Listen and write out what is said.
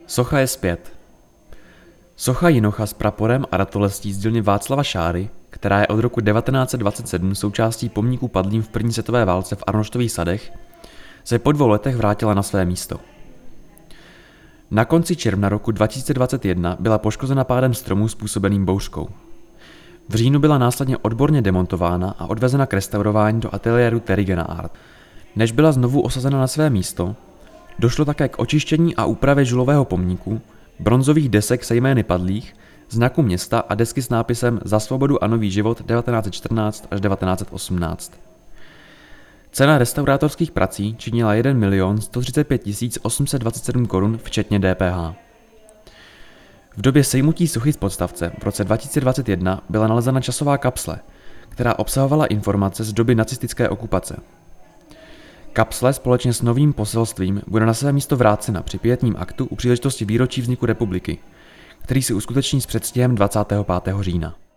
Socha je zpět. Socha Jinocha s praporem a ratolestí z dílny Václava Šáry, která je od roku 1927 součástí pomníku padlým v první světové válce v Arnoštových sadech, se po 2 letech vrátila na své místo. Na konci června roku 2021 byla poškozena pádem stromu způsobeným bouřkou. V říjnu byla následně odborně demontována a odvezena k restaurování do ateliéru Terigena Art. Než byla znovu osazena na své místo, došlo také k očištění a úpravě žulového pomníku, bronzových desek se jmény padlých, znaku města a desky s nápisem Za svobodu a nový život 1914 až 1918. Cena restaurátorských prací činila 1 135 827 korun včetně DPH. V době sejmutí sochy z podstavce v roce 2021 byla nalezena časová kapsle, která obsahovala informace z doby nacistické okupace. Kapsle společně s novým poselstvím bude na své místo vrácena při pietním aktu u příležitosti výročí vzniku republiky, který se uskuteční s předstihem 25. října.